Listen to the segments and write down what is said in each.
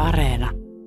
Areena.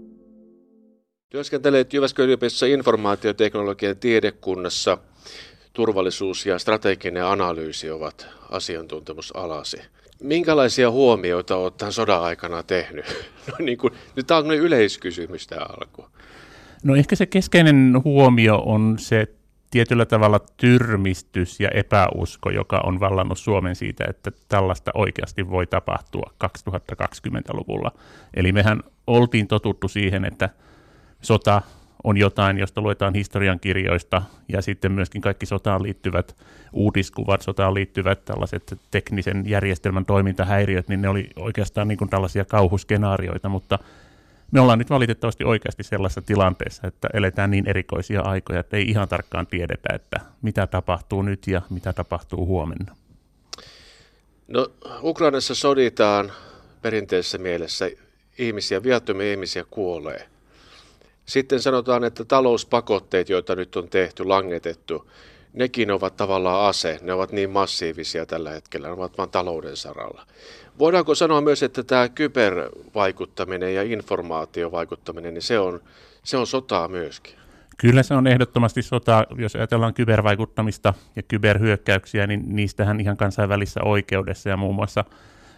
Työskentelet Jyväskylän yliopistossa informaatioteknologian tiedekunnassa. Turvallisuus ja strateginen analyysi ovat asiantuntemusalasi. Minkälaisia huomioita olet tämän sodan aikana tehnyt? Nyt tämä on yleiskysymys tämä alku. No ehkä se keskeinen huomio on se tietyllä tavalla tyrmistys ja epäusko, joka on vallannut Suomen siitä, että tällaista oikeasti voi tapahtua 2020-luvulla. Eli mehän oltiin totuttu siihen, että sota on jotain, josta luetaan historiankirjoista, ja sitten myöskin kaikki sotaan liittyvät uutiskuvat, sotaan liittyvät tällaiset teknisen järjestelmän toimintahäiriöt, niin ne oli oikeastaan niin kuin tällaisia kauhuskenaarioita, mutta me ollaan nyt valitettavasti oikeasti sellaisessa tilanteessa, että eletään niin erikoisia aikoja, että ei ihan tarkkaan tiedetä, että mitä tapahtuu nyt ja mitä tapahtuu huomenna. No, Ukrainassa soditaan perinteisessä mielessä ihmisiä, viattomia ihmisiä kuolee. Sitten sanotaan, että talouspakotteet, joita nyt on tehty, langetettu, nekin ovat tavallaan ase. Ne ovat niin massiivisia tällä hetkellä, ne ovat vain talouden saralla. Voidaanko sanoa myös, että tämä kybervaikuttaminen ja informaatiovaikuttaminen, niin se on sotaa myöskin? Kyllä se on ehdottomasti sotaa. Jos ajatellaan kybervaikuttamista ja kyberhyökkäyksiä, niin niistähän ihan kansainvälisessä oikeudessa ja muun muassa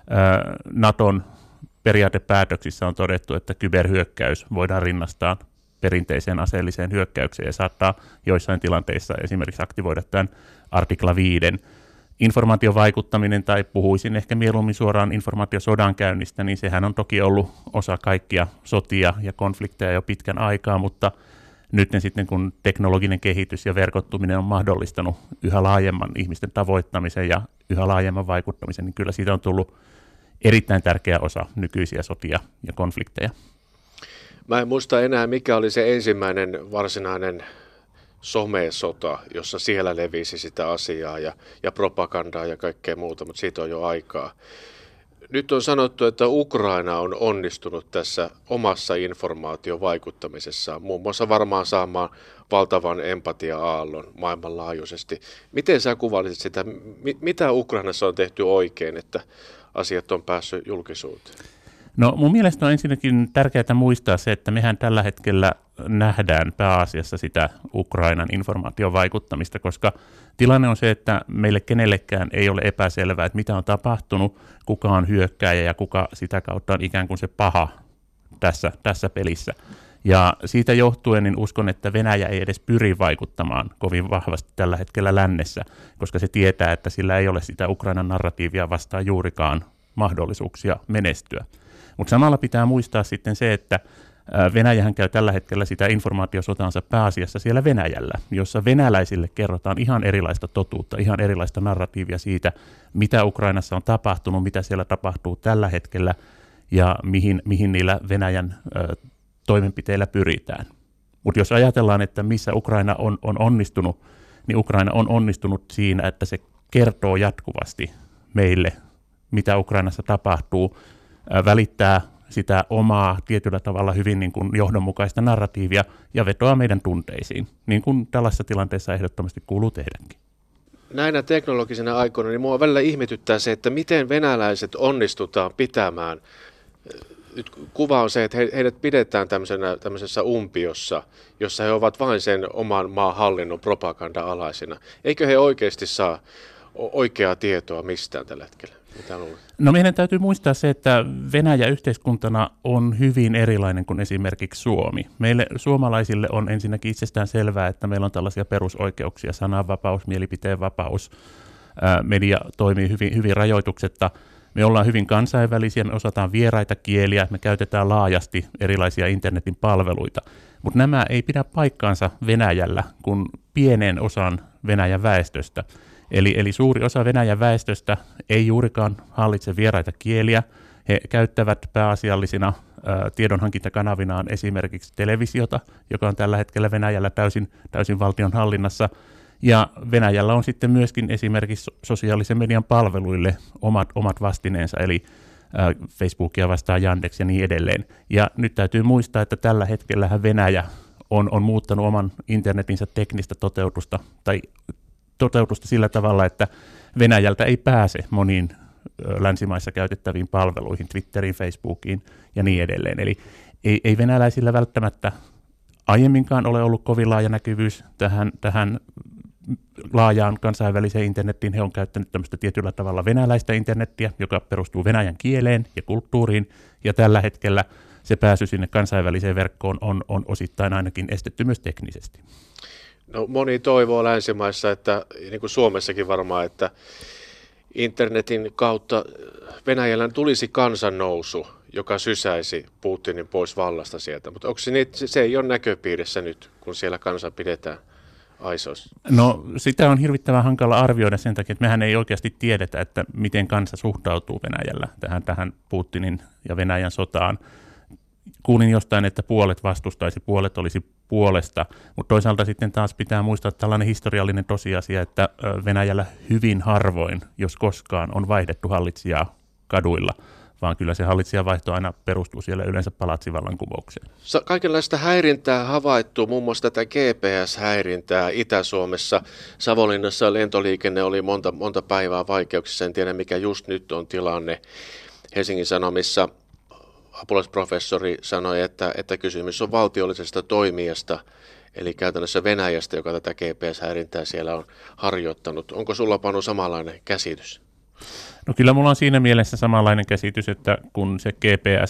Naton periaatepäätöksissä on todettu, että kyberhyökkäys voidaan rinnastaa perinteiseen aseelliseen hyökkäykseen ja saattaa joissain tilanteissa esimerkiksi aktivoida tämän artikla 5. Informaatiovaikuttaminen, tai puhuisin ehkä mieluummin suoraan informaatiosodan käynnistä, niin sehän on toki ollut osa kaikkia sotia ja konflikteja jo pitkän aikaa, mutta nyt sitten kun teknologinen kehitys ja verkottuminen on mahdollistanut yhä laajemman ihmisten tavoittamisen ja yhä laajemman vaikuttamisen, niin kyllä siitä on tullut erittäin tärkeä osa nykyisiä sotia ja konflikteja. Mä en muista enää, mikä oli se ensimmäinen varsinainen somesota, jossa siellä levisi sitä asiaa ja propagandaa ja kaikkea muuta, mutta siitä on jo aikaa. Nyt on sanottu, että Ukraina on onnistunut tässä omassa informaatiovaikuttamisessaan, muun muassa varmaan saamaan valtavan empatia-aallon maailmanlaajuisesti. Miten sä kuvailisit sitä, mitä Ukrainassa on tehty oikein, että asiat on päässyt julkisuuteen? No mun mielestä on ensinnäkin tärkeää muistaa se, että mehän tällä hetkellä nähdään pääasiassa sitä Ukrainan informaation vaikuttamista, koska tilanne on se, että meille kenellekään ei ole epäselvää, että mitä on tapahtunut, kuka on hyökkääjä ja kuka sitä kautta on ikään kuin se paha tässä pelissä. Ja siitä johtuen niin uskon, että Venäjä ei edes pyri vaikuttamaan kovin vahvasti tällä hetkellä lännessä, koska se tietää, että sillä ei ole sitä Ukrainan narratiivia vastaan juurikaan mahdollisuuksia menestyä. Mutta samalla pitää muistaa sitten se, että Venäjähän käy tällä hetkellä sitä informaatiosotaansa pääasiassa siellä Venäjällä, jossa venäläisille kerrotaan ihan erilaista totuutta, ihan erilaista narratiivia siitä, mitä Ukrainassa on tapahtunut, mitä siellä tapahtuu tällä hetkellä ja mihin niillä Venäjän toimenpiteillä pyritään. Mutta jos ajatellaan, että missä Ukraina on onnistunut, niin Ukraina on onnistunut siinä, että se kertoo jatkuvasti meille, mitä Ukrainassa tapahtuu, välittää sitä omaa tietyllä tavalla hyvin niin kuin johdonmukaista narratiivia ja vetoaa meidän tunteisiin, niin kuin tällaisessa tilanteessa ehdottomasti kuuluu tehdäkin. Näinä teknologisina aikoina niin mua välillä ihmetyttää se, että miten venäläiset onnistutaan pitämään. Nyt kuva on se, että heidät pidetään tämmöisessä umpiossa, jossa he ovat vain sen oman maan hallinnon propaganda-alaisina. Eikö he oikeasti saa oikeaa tietoa mistään tällä hetkellä? No meidän täytyy muistaa se, että Venäjä yhteiskuntana on hyvin erilainen kuin esimerkiksi Suomi. Meille suomalaisille on ensinnäkin itsestään selvää, että meillä on tällaisia perusoikeuksia, sananvapaus, mielipiteenvapaus, media toimii hyvin rajoituksetta. Me ollaan hyvin kansainvälisiä, me osataan vieraita kieliä, me käytetään laajasti erilaisia internetin palveluita, mutta nämä ei pidä paikkaansa Venäjällä kuin pienen osan Venäjän väestöstä. Eli suuri osa Venäjän väestöstä ei juurikaan hallitse vieraita kieliä. He käyttävät pääasiallisina tiedonhankintakanavinaan esimerkiksi televisiota, joka on tällä hetkellä Venäjällä täysin valtion hallinnassa. Ja Venäjällä on sitten myöskin esimerkiksi sosiaalisen median palveluille omat vastineensa, eli Facebookia vastaan Yandex ja niin edelleen. Ja nyt täytyy muistaa, että tällä hetkellähän Venäjä on muuttanut oman internetinsä teknistä toteutusta sillä tavalla, että Venäjältä ei pääse moniin länsimaissa käytettäviin palveluihin, Twitteriin, Facebookiin ja niin edelleen. Eli ei venäläisillä välttämättä aiemminkaan ole ollut kovin laaja näkyvyys tähän laajaan kansainväliseen internettiin. He on käyttänyt tämmöistä tietyllä tavalla venäläistä internettiä, joka perustuu venäjän kieleen ja kulttuuriin, ja tällä hetkellä se pääsy sinne kansainväliseen verkkoon on osittain ainakin estetty myös teknisesti. No, moni toivoo länsimaissa, että niin kuin Suomessakin varmaan, että internetin kautta Venäjällä tulisi kansannousu, joka sysäisi Putinin pois vallasta sieltä. Mutta onko se ei ole näköpiirissä nyt, kun siellä kansa pidetään aisoissa? No, sitä on hirvittävän hankala arvioida sen takia, että mehän ei oikeasti tiedetä, että miten kansa suhtautuu Venäjällä tähän Putinin ja Venäjän sotaan. Kuulin jostain, että puolet vastustaisi, puolet olisi puolesta, mutta toisaalta sitten taas pitää muistaa tällainen historiallinen tosiasia, että Venäjällä hyvin harvoin, jos koskaan, on vaihdettu hallitsijaa kaduilla, vaan kyllä se hallitsijavaihto aina perustuu siellä yleensä palatsivallankumoukseen. Kaikenlaista häirintää havaittu, muun muassa tätä GPS-häirintää Itä-Suomessa. Savonlinnassa lentoliikenne oli monta päivää vaikeuksissa, en tiedä mikä just nyt on tilanne. Helsingin Sanomissa apulaisprofessori sanoi, että kysymys on valtiollisesta toimijasta, eli käytännössä Venäjästä, joka tätä GPS-häirintää siellä on harjoittanut. Onko sulla, Panu, samanlainen käsitys? No kyllä mulla on siinä mielessä samanlainen käsitys, että kun se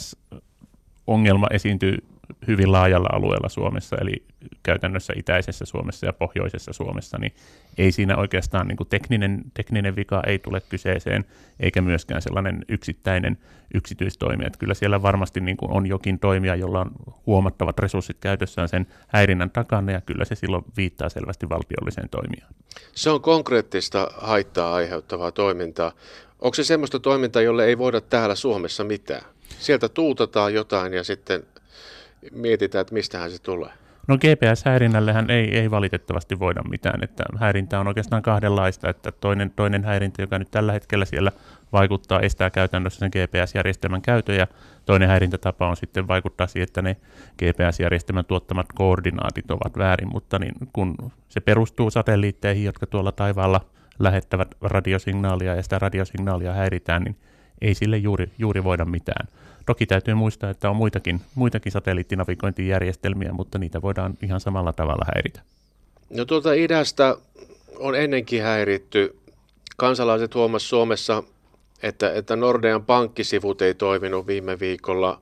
GPS-ongelma esiintyy hyvin laajalla alueella Suomessa, eli käytännössä itäisessä Suomessa ja pohjoisessa Suomessa, niin ei siinä oikeastaan niin kuin tekninen vika ei tule kyseeseen, eikä myöskään sellainen yksittäinen yksityistoimija. Että kyllä siellä varmasti niin kuin on jokin toimija, jolla on huomattavat resurssit käytössään sen häirinnän takana, ja kyllä se silloin viittaa selvästi valtiolliseen toimijaan. Se on konkreettista haittaa aiheuttavaa toimintaa. Onko se semmoista toimintaa, jolle ei voida täällä Suomessa mitään? Sieltä tuutataan jotain ja sitten mietitään, että mistähän se tulee. No GPS-häirinnällehän ei valitettavasti voida mitään, että häirintä on oikeastaan kahdenlaista, että toinen häirintä, joka nyt tällä hetkellä siellä vaikuttaa, estää käytännössä sen GPS-järjestelmän käytön, ja toinen häirintätapa on sitten vaikuttaa siihen, että ne GPS-järjestelmän tuottamat koordinaatit ovat väärin, mutta niin kun se perustuu satelliitteihin, jotka tuolla taivaalla lähettävät radiosignaalia ja sitä radiosignaalia häiritään, niin ei sille juuri voida mitään. Toki täytyy muistaa, että on muitakin satelliittinavigointijärjestelmiä, mutta niitä voidaan ihan samalla tavalla häiritä. No tuolta idästä on ennenkin häiritty. Kansalaiset huomasivat Suomessa, että Nordean pankkisivut ei toiminut viime viikolla.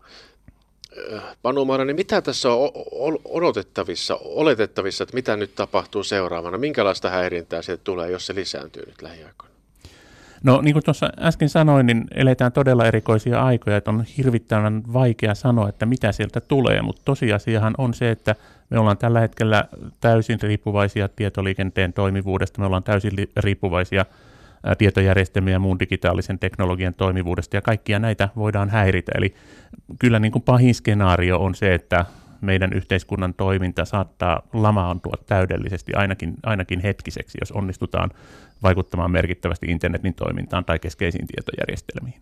Panu Marjanen, mitä tässä on oletettavissa, että mitä nyt tapahtuu seuraavana? Minkälaista häirintää sieltä tulee, jos se lisääntyy nyt lähiaikoina? No niin kuin tuossa äsken sanoin, niin eletään todella erikoisia aikoja, että on hirvittävän vaikea sanoa, että mitä sieltä tulee, mutta tosiasiahan on se, että me ollaan tällä hetkellä täysin riippuvaisia tietoliikenteen toimivuudesta, me ollaan täysin riippuvaisia tietojärjestelmien ja muun digitaalisen teknologian toimivuudesta, ja kaikkia näitä voidaan häiritä. Eli kyllä niin kuin pahin skenaario on se, että meidän yhteiskunnan toiminta saattaa lamaantua täydellisesti ainakin hetkiseksi, jos onnistutaan vaikuttamaan merkittävästi internetin toimintaan tai keskeisiin tietojärjestelmiin.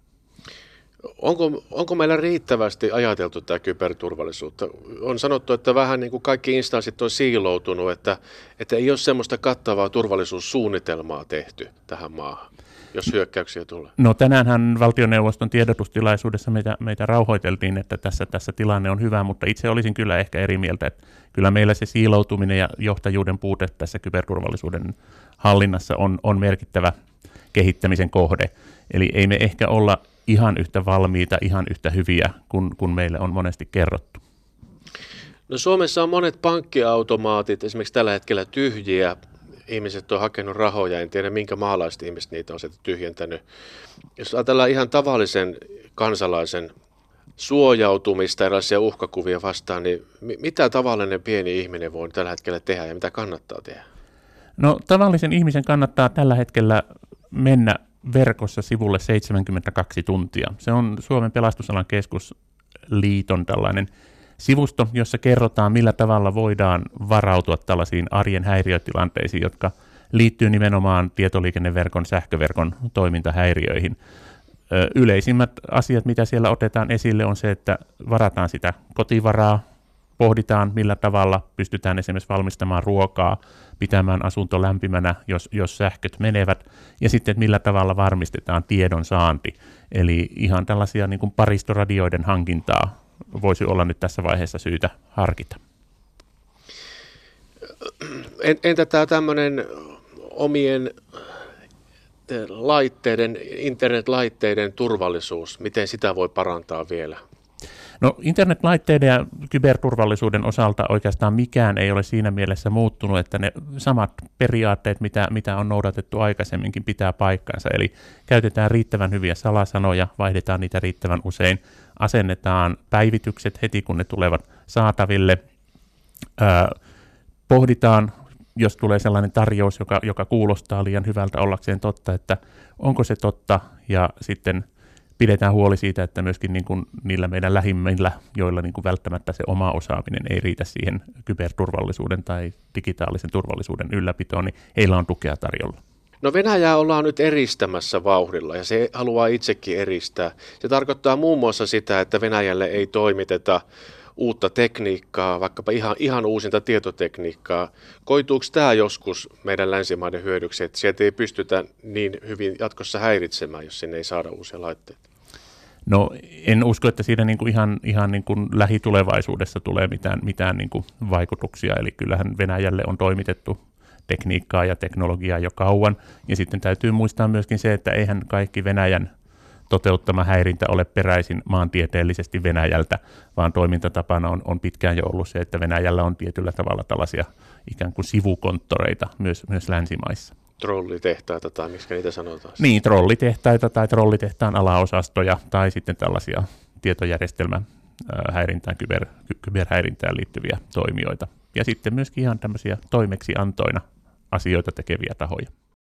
Onko meillä riittävästi ajateltu tämä kyberturvallisuutta? On sanottu, että vähän niin kuin kaikki instanssit on siiloutunut, että ei ole semmoista kattavaa turvallisuussuunnitelmaa tehty tähän maahan, jos hyökkäyksiä tulee. No tänäänhän valtioneuvoston tiedotustilaisuudessa meitä rauhoiteltiin, että tässä tilanne on hyvä, mutta itse olisin kyllä ehkä eri mieltä, että kyllä meillä se siiloutuminen ja johtajuuden puute tässä kyberturvallisuuden hallinnassa on merkittävä kehittämisen kohde. Eli ei me ehkä olla ihan yhtä valmiita, ihan yhtä hyviä kuin meille on monesti kerrottu. No Suomessa on monet pankkiautomaatit esimerkiksi tällä hetkellä tyhjiä. Ihmiset on hakenut rahoja, en tiedä minkä maalaiset ihmiset niitä on sieltä tyhjentänyt. Jos ajatellaan ihan tavallisen kansalaisen suojautumista erilaisia uhkakuvia vastaan, niin mitä tavallinen pieni ihminen voi tällä hetkellä tehdä ja mitä kannattaa tehdä? No tavallisen ihmisen kannattaa tällä hetkellä mennä verkossa sivulle 72 tuntia. Se on Suomen pelastusalan keskusliiton tällainen sivusto, jossa kerrotaan, millä tavalla voidaan varautua tällaisiin arjen häiriötilanteisiin, jotka liittyy nimenomaan tietoliikenneverkon, sähköverkon toimintahäiriöihin. Yleisimmät asiat, mitä siellä otetaan esille, on se, että varataan sitä kotivaraa, pohditaan, millä tavalla pystytään esimerkiksi valmistamaan ruokaa, pitämään asunto lämpimänä, jos sähköt menevät, ja sitten millä tavalla varmistetaan tiedon saanti. Eli ihan tällaisia niin kuin paristoradioiden hankintaa voisi olla nyt tässä vaiheessa syytä harkita. Entä tämä tämmöinen omien laitteiden, internetlaitteiden turvallisuus, miten sitä voi parantaa vielä? No internetlaitteiden ja kyberturvallisuuden osalta oikeastaan mikään ei ole siinä mielessä muuttunut, että ne samat periaatteet, mitä on noudatettu aikaisemminkin, pitää paikkansa. Eli käytetään riittävän hyviä salasanoja, vaihdetaan niitä riittävän usein, asennetaan päivitykset heti, kun ne tulevat saataville, pohditaan, jos tulee sellainen tarjous, joka kuulostaa liian hyvältä ollakseen totta, että onko se totta, ja sitten pidetään huoli siitä, että myöskin niin kuin niillä meidän lähimmillä, joilla niin kuin välttämättä se oma osaaminen ei riitä siihen kyberturvallisuuden tai digitaalisen turvallisuuden ylläpitoon, niin heillä on tukea tarjolla. No Venäjää ollaan nyt eristämässä vauhdilla ja se haluaa itsekin eristää. Se tarkoittaa muun muassa sitä, että Venäjälle ei toimiteta uutta tekniikkaa, vaikkapa ihan uusinta tietotekniikkaa. Koituuko tämä joskus meidän länsimaiden hyödyksi, että sieltä ei pystytä niin hyvin jatkossa häiritsemään, jos sinne ei saada uusia laitteita? No en usko, että siinä niin kuin ihan niin kuin lähitulevaisuudessa tulee mitään niin kuin vaikutuksia, eli kyllähän Venäjälle on toimitettu tekniikkaa ja teknologiaa jo kauan, ja sitten täytyy muistaa myöskin se, että eihän kaikki Venäjän toteuttama häirintä ole peräisin maantieteellisesti Venäjältä, vaan toimintatapana on pitkään jo ollut se, että Venäjällä on tietyllä tavalla tällaisia ikään kuin sivukonttoreita myös länsimaissa. Trollitehtaita tai miksi niitä sanotaan? Niin, trollitehtaita tai trollitehtaan alaosastoja tai sitten tällaisia tietojärjestelmähäirintään, kyberhäirintään liittyviä toimijoita. Ja sitten myöskin ihan tämmöisiä toimeksiantoina asioita tekeviä tahoja.